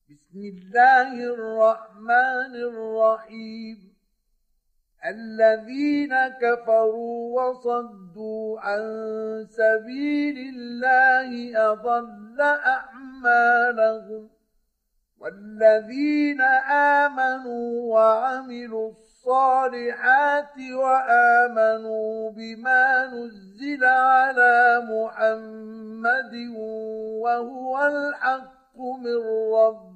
بسم الله الرحمن الرحيم. الذين كفروا وصدوا عن سبيل الله أضل أعمالهم، والذين آمنوا وعملوا الصالحات وآمنوا بما نزل على محمد وهو الحق من ربهم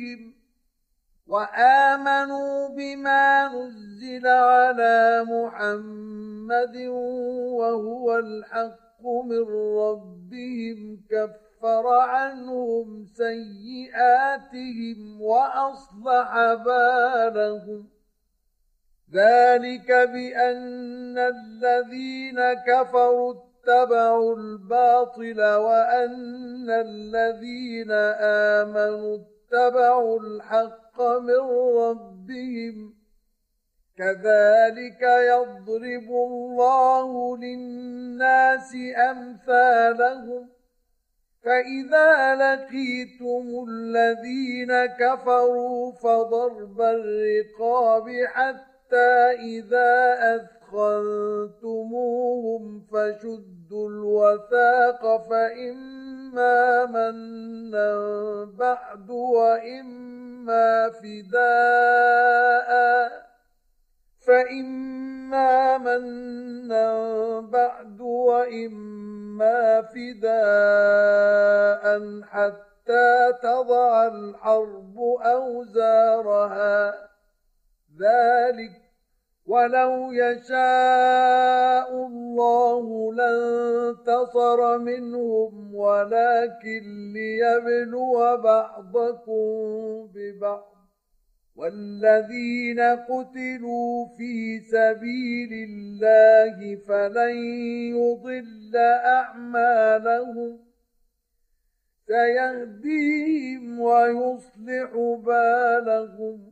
وآمنوا بما نزل على محمد وهو الحق من ربهم كفر عنهم سيئاتهم وأصلح بالهم. ذلك بأن الذين كفروا اتبعوا الباطل وأن الذين آمنوا اتبعوا الحق من ربهم. كذلك يضرب الله للناس أمثالهم. فإذا لقيتم الذين كفروا فضرب الرقاب حتى إذا أثخنتموهم فشدوا الوثاق فإما منا بعد وإما فداء حتى تضع الحرب أوزارها. ذلك ولو يشاء الله لانتصر منهم ولكن ليبلو بعضكم ببعض. والذين قتلوا في سبيل الله فلن يضل أعمالهم سيهديهم ويصلح بالهم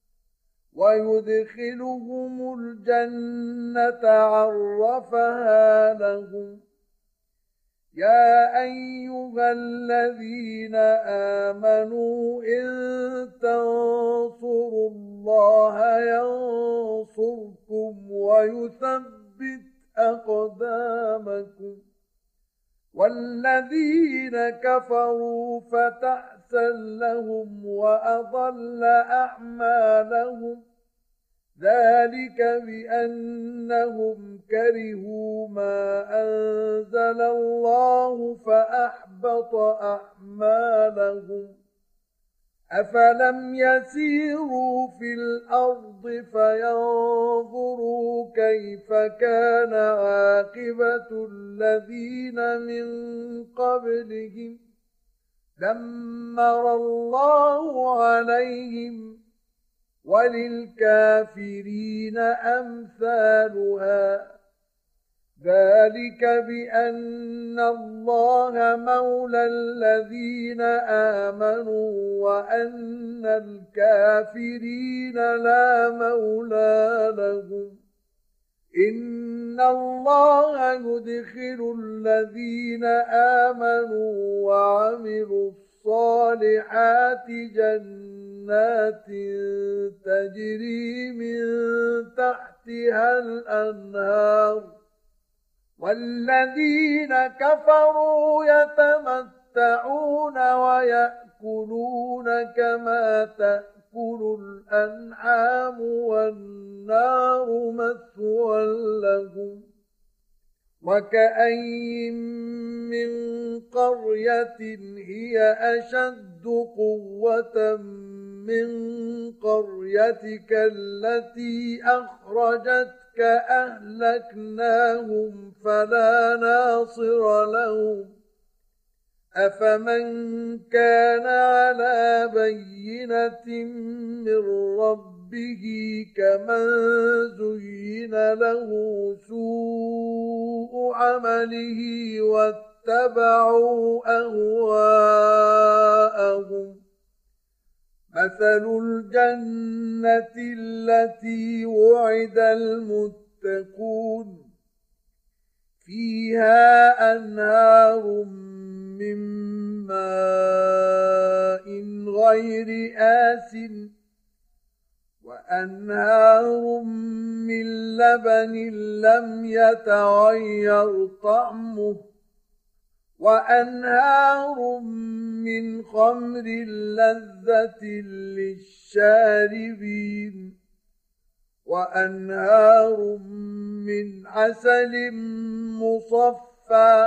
ويدخلهم الجنة عرفها لهم. يا أيها الذين آمنوا إن تنصروا الله ينصركم ويثبت أقدامكم. والذين كفروا فتعسا لهم وأضل أعمالهم. ذلك بأنهم كرهوا ما أنزل الله فأحبط أعمالهم. أفلم يسيروا في الأرض فينظروا كيف كان عاقبة الذين من قبلهم دمر الله عليهم وللكافرين أمثالها. ذلك بأن الله مولى الذين آمنوا وأن الكافرين لا مولى لهم. إن الله يدخل الذين آمنوا وعملوا الصالحات جنات تجري من تحتها الأنهار. والذين كفروا يتمتعون ويأكلون كما تأكل الأنعام والنار مثوى لهم. وكأين من قرية هي أشد قوة من قريتك التي أخرجتك أهلكناهم فلا ناصر لهم. أفمن كان على بينة من ربه كمن زين له سوء عمله واتبعوا أهواءهم. مثل الجنة التي وعد المتقون فيها أنهار من ماء غير آسٍ وأنهار من لبن لم يتغير طعمه وأنهار من خمر لذة للشاربين وأنهار من عسل مصفى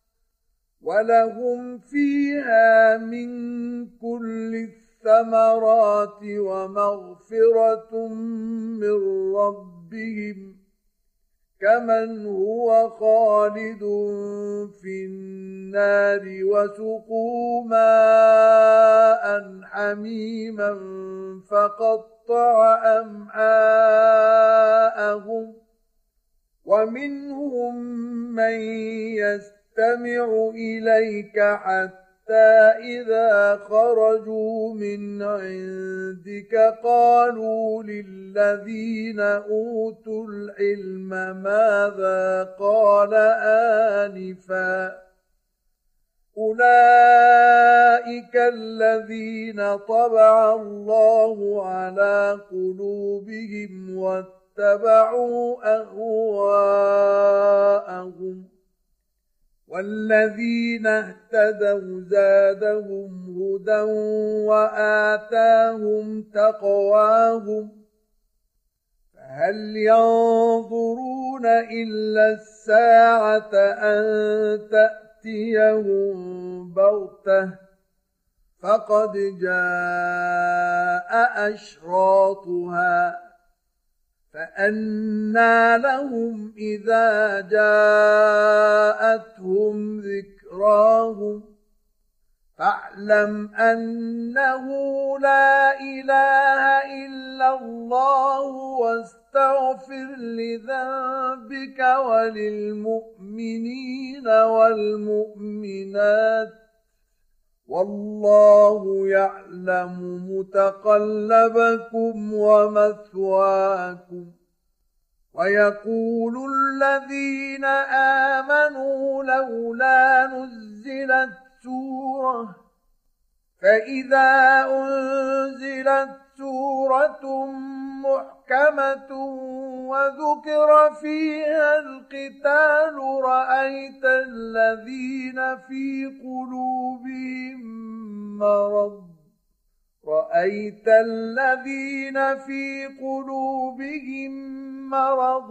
ولهم فيها من كل الثمرات ومغفرة من ربهم كمن هو خالد في النار وسقوا ماء حميما فقطع أمعاءهم ومنهم من يستمع إليك حتى إذا خرجوا من عندك قالوا للذين أوتوا العلم ماذا قال آنفا أولئك الذين طبع الله على قلوبهم واتبعوا أهواءهم والذين اهتدوا زادهم هدى وآتاهم تقواهم فهل ينظرون إلا الساعة أن تأتيهم بغتة فقد جاء أشراطها فأنى لهم إذا جاءتهم ذكراهم فاعلم أنه لا إله إلا الله واستغفر لذنبك وللمؤمنين والمؤمنات والله يعلم متقلبكم ومثواكم ويقول الذين آمنوا لولا نزلت سورة فإذا أنزلت سورة محكمة وذكر فيها القتال رأيت الذين في قلوبهم مرض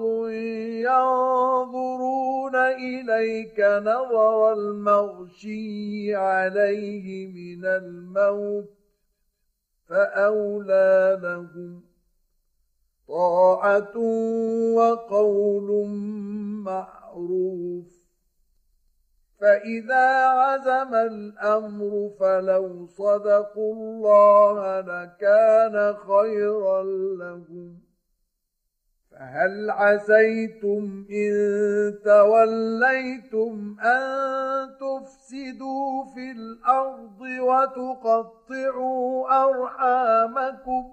ينظرون إليك نظر المغشي عليه من الموت فأولى لهم طاعة وقول معروف فإذا عزم الأمر فلو صدقوا الله لكان خيرا لهم فهل عسيتم إن توليتم أن تفسدوا في الأرض وتقطعوا أرحامكم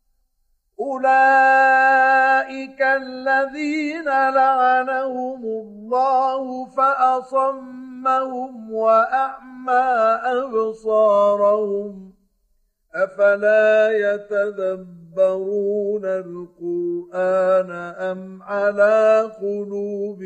أولئك الذين لعنهم الله فأصمهم وأعمى أبصارهم أفلا يتدبرون القرآن أم على قلوب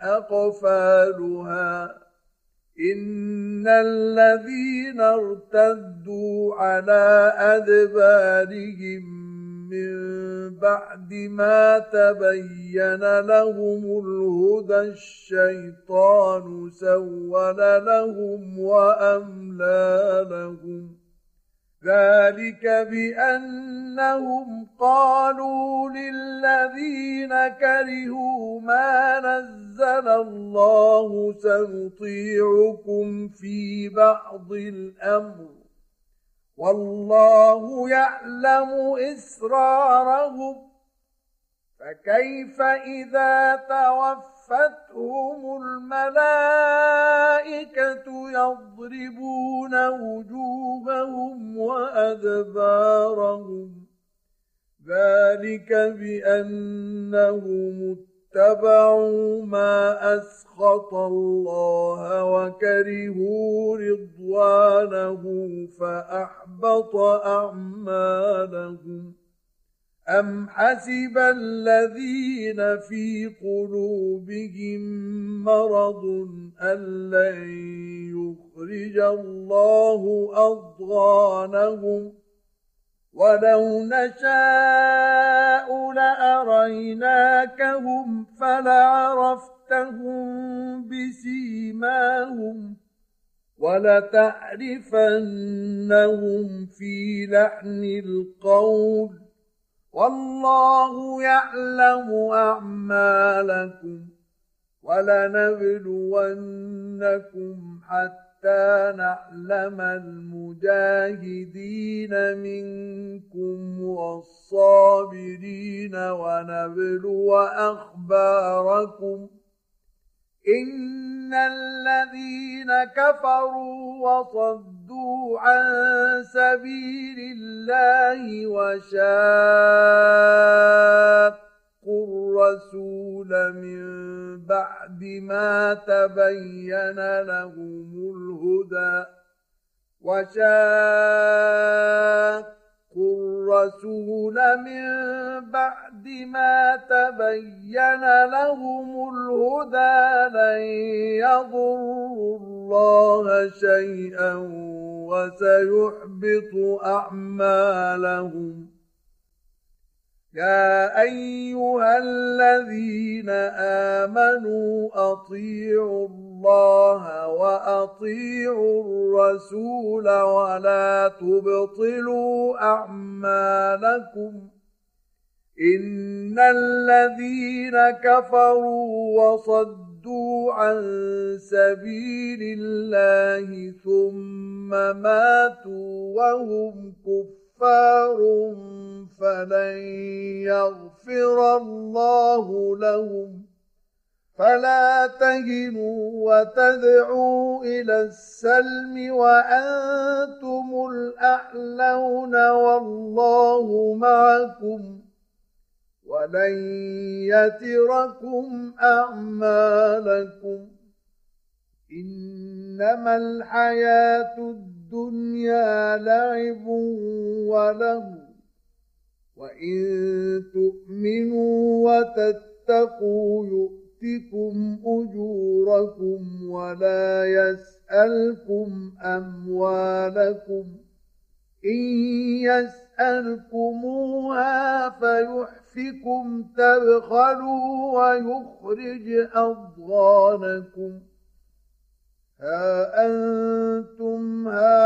أقفالها إن الذين ارتدوا على أدبارهم من بعد ما تبين لهم الهدى الشيطان سول لهم وأملى لهم ذلك بأنهم قالوا للذين كرهوا ما نزل الله سنطيعكم في بعض الأمر والله يعلم إسرارهم فكيف إذا توفتهم الملائكة يضربون وجوههم وأدبارهم ذلك بأنهم اتبعوا ما أسخط الله وكرهوا رضوانه فأحبط أعمالهم أم حسب الذين في قلوبهم مرض أن لن يخرج الله أضغانهم ولو نشاء لأريناكهم فلعرفتهم بسيماهم ولتعرفنهم في لحن القول والله يعلم أعمالكم ولنبلونكم حتى نعلم المجاهدين منكم والصابرين ونبلو أخباركم إن الذين كفروا وصدوا عن سبيل الله وشاقوا الرسول من بعد ما تبين لهم الهدى الرسول من بعد ما تبين لهم الهدى لن يضروا الله شيئا وسيحبط أعمالهم يا أيها الذين آمنوا أطيعوا الله وأطيعوا الرسول ولا تبطلوا أعمالكم إن الذين كفروا وصدوا عن سبيل الله ثم ماتوا وهم كفار فلن يغفر الله لهم فلا تهنوا وتدعوا إلى السلم وأنتم الأعلون والله معكم ولن يتركم أعمالكم إنما الحياة الدنيا لعب وله وإن تؤمنوا وتتقوا يؤتكم أجوركم ولا يسألكم أموالكم إن يسألكموها فيحفكم تبخلوا ويخرج أضغانكم ها أنتم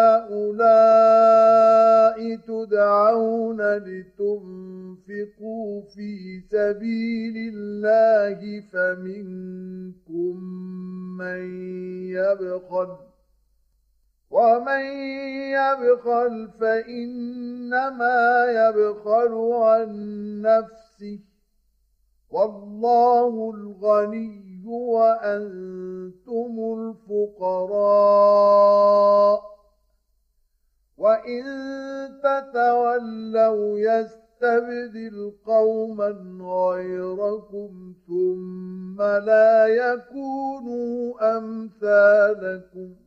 هؤلاء تدعون لتنفقوا في سبيل الله فمنكم من يبخل ومن يبخل فإنما يبخل عن نفسه والله الغني وأنتم الفقراء وإن تتولوا يستبدل قوما غيركم ثم لا يكونوا أمثالكم